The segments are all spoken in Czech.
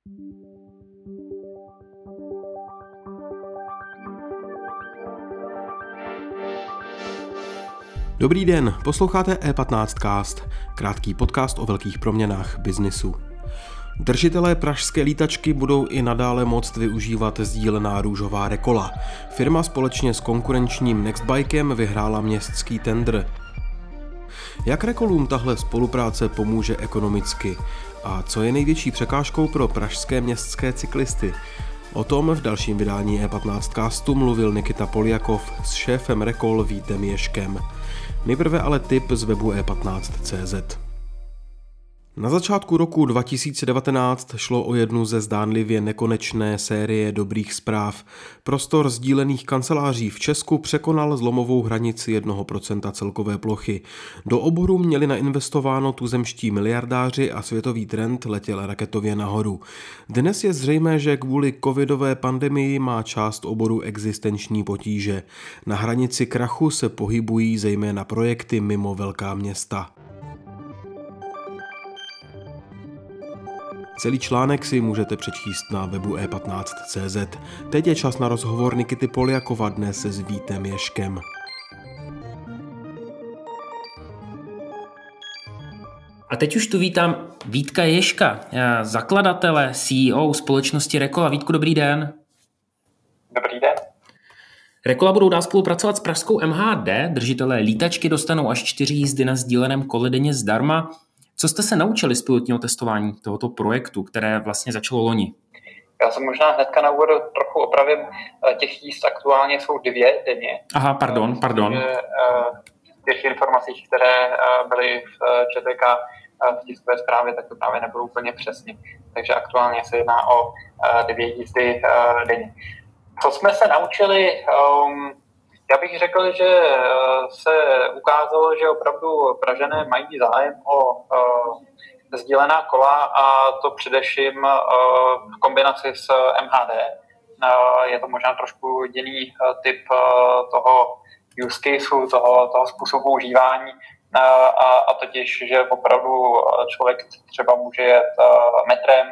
Dobrý den, posloucháte E15cast, krátký podcast o velkých proměnách biznisu. Držitelé pražské lítačky budou i nadále moct využívat sdílená růžová Rekola. Firma společně s konkurenčním Nextbikem vyhrála městský tendr. Jak Rekolům tahle spolupráce pomůže ekonomicky? A co je největší překážkou pro pražské městské cyklisty? O tom v dalším vydání E15castu mluvil Nikita Poljakov s šéfem Rekol Vítem Ježkem. Nejprve ale tip z webu e15.cz. Na začátku roku 2019 šlo o jednu ze zdánlivě nekonečné série dobrých zpráv. Prostor sdílených kanceláří v Česku překonal zlomovou hranici 1% celkové plochy. Do oboru měli nainvestováno tuzemští miliardáři a světový trend letěl raketově nahoru. Dnes je zřejmé, že kvůli covidové pandemii má část oboru existenční potíže. Na hranici krachu se pohybují zejména projekty mimo velká města. Celý článek si můžete přečíst na webu e15.cz. Teď je čas na rozhovor Nikity Poljakova dnes s Vítem Ježkem. A teď už tu vítám Vítka Ježka, zakladatele, CEO společnosti Rekola. Vítku, dobrý den. Dobrý den. Rekola budou dál spolupracovat s pražskou MHD, držitelé lítačky dostanou až 4 jízdy na sdíleném kole denně zdarma. Co jste se naučili z pilotního testování tohoto projektu, které vlastně začalo loni? Já jsem možná hnedka na úvod trochu opravím. Těch jízd aktuálně jsou 2 denně. Aha, pardon. Těch informací, které byly v ČTK v tiskové zprávě, tak to právě nebylo úplně přesně. Takže aktuálně se jedná o 2 jízdy denně. Co jsme se naučili? Já bych řekl, že se ukázalo, že opravdu Pražané mají zájem o sdílená kola, a to především v kombinaci s MHD. Je to možná trošku jiný typ toho use caseu, toho způsobu užívání, a totiž, že opravdu člověk třeba může jet metrem,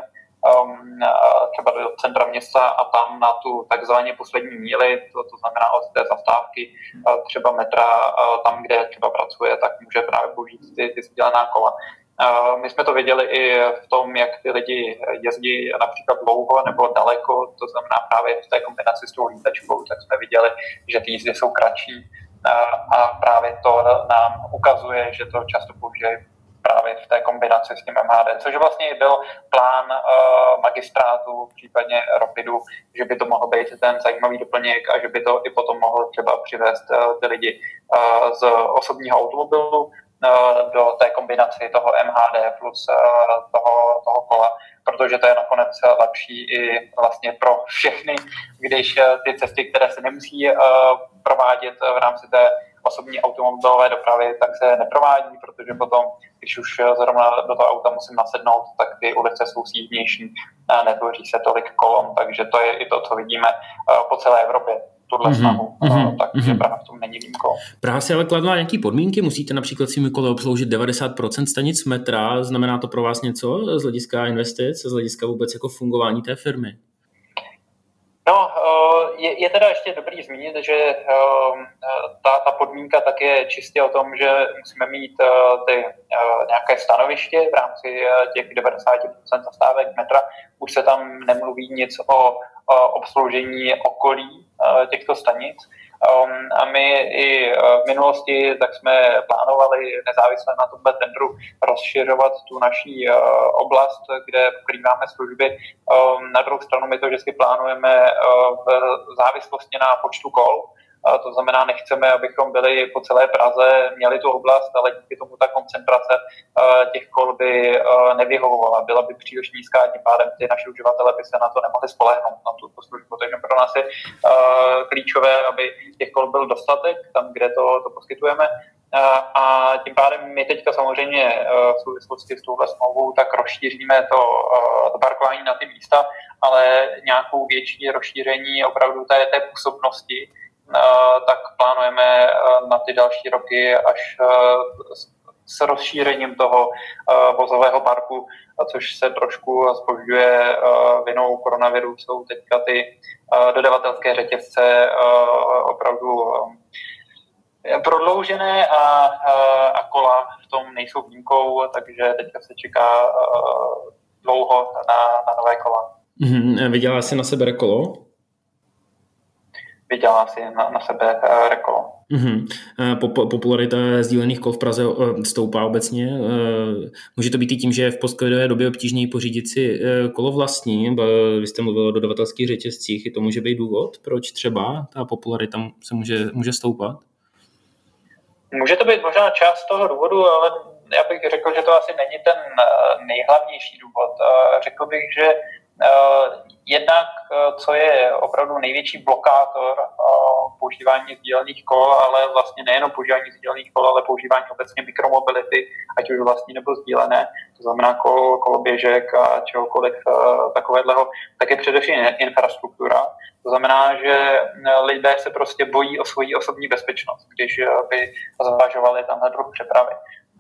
třeba do centra města a tam na tu takzvaně poslední míli, to znamená od té zastávky třeba metra, tam, kde třeba pracuje, tak může právě použít ty sdílená kola. My jsme to viděli i v tom, jak ty lidi jezdí například dlouho nebo daleko, to znamená právě v té kombinaci s tou lítačkou, tak jsme viděli, že ty jízdy jsou kratší, a právě to nám ukazuje, že to často používají právě v té kombinaci s tím MHD, což vlastně byl plán magistrátu, případně Ropidu, že by to mohl být ten zajímavý doplněk a že by to i potom mohlo třeba přivést ty lidi z osobního automobilu do té kombinace toho MHD plus toho kola, protože to je nakonec lepší i vlastně pro všechny, když ty cesty, které se nemusí provádět v rámci té osobní automobilové dopravy, tak se neprovádí, protože potom, když už zrovna do toho auta musím nasednout, tak ty ulice jsou sjízdnější, netvoří se tolik kolon, takže to je i to, co vidíme po celé Evropě. Tuhle snahu, takže Praha v tom není výjimkou. Praha si ale kladla nějaké podmínky, musíte například svými kole obsloužit 90% stanic metra, znamená to pro vás něco z hlediska investic, z hlediska vůbec jako fungování té firmy? No, je teda ještě dobrý zmínit, že ta podmínka tak je čistě o tom, že musíme mít ty nějaké stanoviště v rámci těch 90% zastávek metra. Už se tam nemluví nic o obsloužení okolí těchto stanic. A my i v minulosti tak jsme plánovali nezávisle na tomhle tendru rozšiřovat tu naší oblast, kde pokrýváme služby. Na druhou stranu my to vždycky plánujeme v závislosti na počtu kol. To znamená, nechceme, abychom byli po celé Praze, měli tu oblast, ale díky tomu ta koncentrace těch kol by nevyhovovala. Byla by příliš nízká, tím pádem ty naši uživatelé by se na to nemohli spolehnout, na tuto službu. Takže pro nás je klíčové, aby těch kol byl dostatek tam, kde to poskytujeme. A tím pádem my teďka samozřejmě v souvislosti s touhle smlouvou tak rozšíříme to parkování na ty místa, ale nějakou větší rozšíření opravdu té působnosti tak plánujeme na ty další roky, až s rozšířením toho vozového parku, což se trošku zpožďuje vinou koronaviru. Jsou teďka ty dodavatelské řetězce opravdu prodloužené a kola v tom nejsou výjimkou, takže teďka se čeká dlouho na nové kola. Vydělá si na sebe rekolo? Vydělá si na sebe rekolo. Popularita sdílených kol v Praze stoupá obecně. Může to být i tím, že v postcovidové době obtížněji pořídit si kolo vlastní. Vy jste mluvil o dodavatelských řetězcích. I to může být důvod, proč třeba ta popularita se může stoupat? Může to být možná část toho důvodu, ale já bych řekl, že to asi není ten nejhlavnější důvod. Řekl bych, že jednak, co je opravdu největší blokátor používání sdílených kol, ale vlastně nejenom používání sdílených kol, ale používání obecně mikromobility, ať už vlastní nebo sdílené, to znamená koloběžek a čehokoliv takového, tak je především infrastruktura. To znamená, že lidé se prostě bojí o svoji osobní bezpečnost, když by zvažovali tenhle druh přepravy.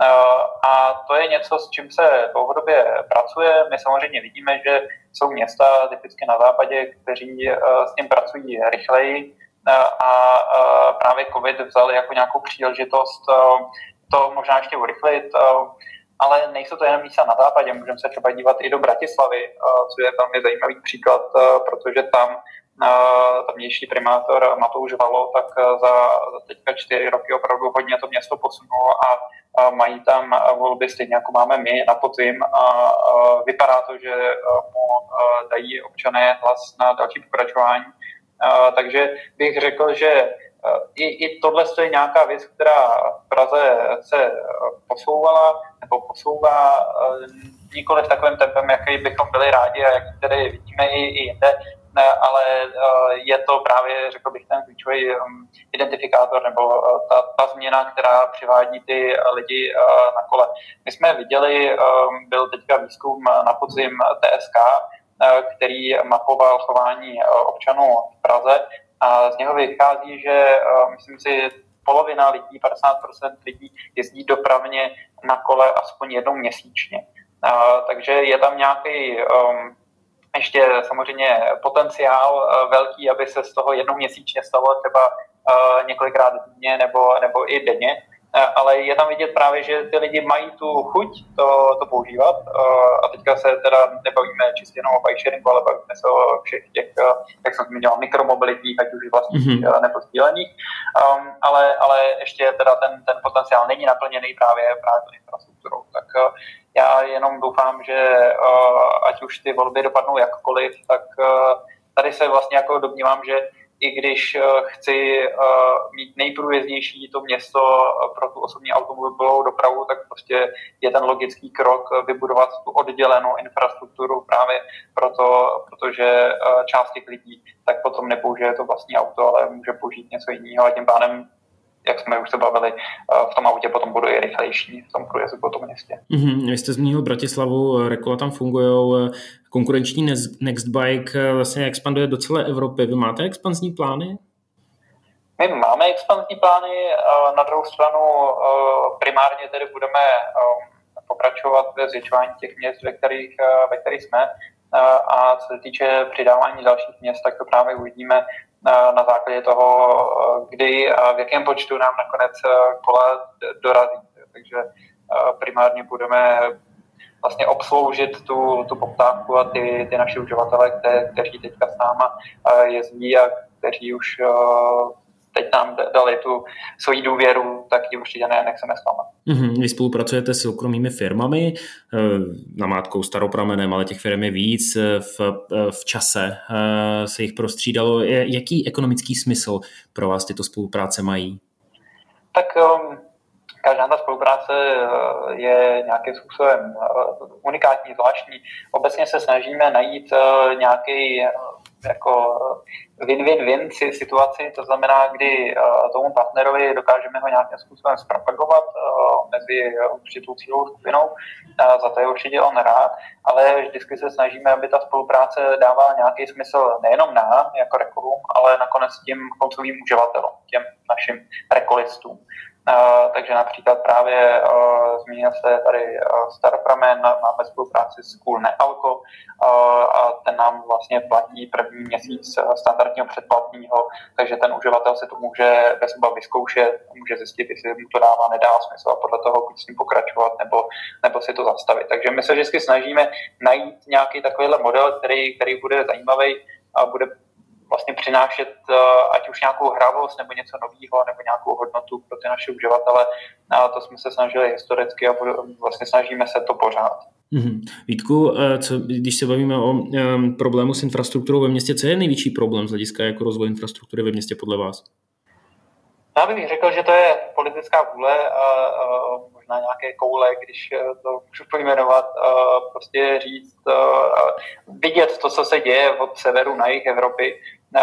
A to je něco, s čím se dlouhodobě pracuje. My samozřejmě vidíme, že jsou města, typicky na západě, kteří s tím pracují rychleji a právě COVID vzali jako nějakou příležitost to možná ještě urychlit, ale nejsou to jen místa na západě. Můžeme se třeba dívat i do Bratislavy, co je velmi zajímavý příklad, protože tam tamnější primátor Matouš Valo tak za teďka 4 roky opravdu hodně to město posunul a mají tam volby stejně jako máme my na podzim a vypadá to, že mu dají občané hlas na další pokračování. Takže bych řekl, že i tohle je nějaká věc, která v Praze se posouvala nebo posouvá nikoli v takovém tempem, jaký bychom byli rádi a jak tady vidíme i jinde, ale je to právě, řekl bych, ten klíčový identifikátor nebo ta změna, která přivádí ty lidi na kole. My jsme viděli, byl teďka výzkum na podzim TSK, který mapoval chování občanů v Praze a z něho vychází, že myslím si, polovina lidí, 50% lidí jezdí dopravně na kole aspoň jednou měsíčně. Takže je tam nějaký ještě samozřejmě potenciál velký, aby se z toho jednou měsíčně stalo třeba několikrát dně nebo i denně. Ale je tam vidět právě, že ty lidi mají tu chuť to používat a teďka se teda nebavíme čistě jenom o bike sharingu, ale bavíme se o všech těch, jak jsem zmiňoval, mikromobilitních, ať už vlastních nebo sdílených, ale ještě teda ten potenciál není naplněný právě infrastrukturou. Tak já jenom doufám, že ať už ty volby dopadnou jakkoliv, tak tady se vlastně jako domnívám, že i když chci mít nejprůjezdnější to město pro tu osobní automobilovou dopravu, tak prostě je ten logický krok vybudovat tu oddělenou infrastrukturu právě protože část těch lidí tak potom nepoužije to vlastní auto, ale může použít něco jiného a tím pádem, jak jsme už se bavili, v tom autě potom budou i rychlejší v tom průjezdu po tom městě. Vy jste zmínil Bratislavu, Rekola tam fungují, konkurenční Nextbike vlastně expanduje do celé Evropy. Vy máte expanzní plány? My máme expanzní plány, na druhou stranu primárně tedy budeme pokračovat ve zvětšování těch měst, ve kterých jsme. A co se týče přidávání dalších měst, tak to právě uvidíme na základě toho, kdy a v jakém počtu nám nakonec kola dorazí. Takže primárně budeme vlastně obsloužit tu poptávku a ty naše uživatele, kteří teďka s náma jezdí a kteří už teď nám dali tu svoji důvěru, tak ji určitě nechceme zklamat. Vy spolupracujete s soukromými firmami, namátkou Staropramenem, ale těch firm je víc, v čase se jich prostřídalo. Jaký ekonomický smysl pro vás tyto spolupráce mají? Tak každá ta spolupráce je nějakým způsobem unikátní, zvláštní. Obecně se snažíme najít nějaký jako win-win-win situaci, to znamená, kdy tomu partnerovi dokážeme ho nějakým způsobem zpropagovat mezi určitou cílovou skupinou, za to je určitě on rád, ale vždycky se snažíme, aby ta spolupráce dávala nějaký smysl nejenom nám, jako Rekolům, ale nakonec tím koncovým uživatelům, těm našim rekolistům. Takže například právě zmínil se tady Starpramen, máme spolupráci s Cool Nealko a ten nám vlastně platí první měsíc standardního předplatního, takže ten uživatel si to může bez obav vyzkoušet, může zjistit, jestli mu to dává, nedává smysl a podle toho buď s ním pokračovat nebo si to zastavit. Takže my se vždycky snažíme najít nějaký takovýhle model, který bude zajímavý a bude vlastně přinášet ať už nějakou hravost nebo něco nového nebo nějakou hodnotu pro ty naše uživatele. A to jsme se snažili historicky a vlastně snažíme se to pořád. Vítku, když se bavíme o problému s infrastrukturou ve městě, co je největší problém z hlediska jako rozvoje infrastruktury ve městě podle vás? Já bych řekl, že to je politická vůle a možná nějaké koule, když to můžu pojmenovat, prostě říct, vidět to, co se děje od severu na jih Evropy,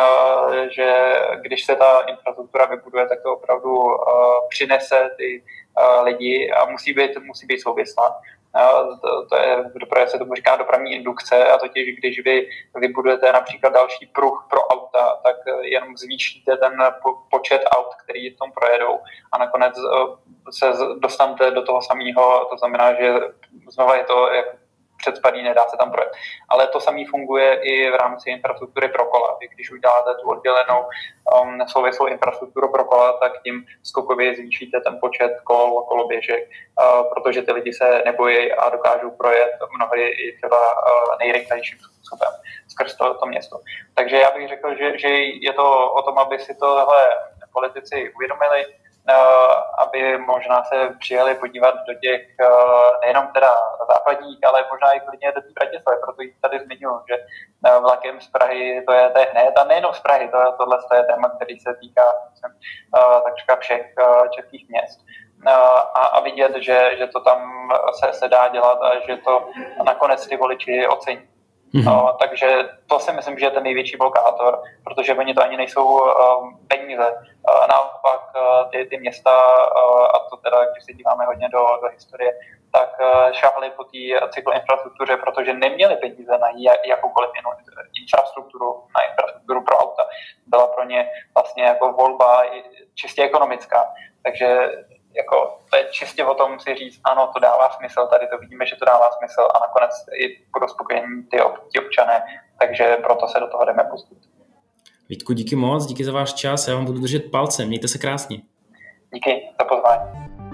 že když se ta infrastruktura vybuduje, tak to opravdu přinese ty lidi a musí být souvislá. To je, v dopravě se tomu říká dopravní indukce, a totiž když vy vybudujete například další pruh pro auta, tak jenom zvýšíte ten počet aut, který v tom projedou a nakonec se dostanete do toho samého, to znamená, že znova je to jak předspadí, nedá se tam projet. Ale to samé funguje i v rámci infrastruktury pro kola. Vy, když uděláte tu oddělenou souvislou infrastrukturu pro kola, tak tím skokově zvýšíte ten počet koloběžek, protože ty lidi se nebojí a dokážou projet mnohdy i třeba nejrychlejším způsobem skrz to město. Takže já bych řekl, že je to o tom, aby si tohle politici uvědomili, aby možná se přijeli podívat do těch nejenom teda západních, ale možná i klidně do té Bratislavy, proto ji tady zmiňuji, že vlakem z Prahy to je hned a nejenom z Prahy, tohle je téma, který se týká takřka všech českých měst. A vidět, že to tam se dá dělat a že to nakonec ty voliči ocení. Takže to si myslím, že je ten největší blokátor, protože oni to ani nejsou peníze. Naopak ty města, a to teda, když se díváme hodně do historie, tak šáhli po té cykloinfrastruktuře, protože neměli peníze na jakoukoliv jinou infrastrukturu pro auta. Byla pro ně vlastně jako volba čistě ekonomická. Takže jako, to je čistě o tom si říct, ano, to dává smysl, tady to vidíme, že to dává smysl a nakonec i budou spokojení ty občané, takže proto se do toho jdeme pustit. Vítku, díky moc, díky za váš čas, já vám budu držet palcem, mějte se krásně. Díky za pozvání.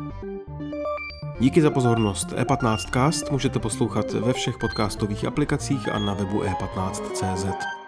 Díky za pozornost. E15cast můžete poslouchat ve všech podcastových aplikacích a na webu e15.cz.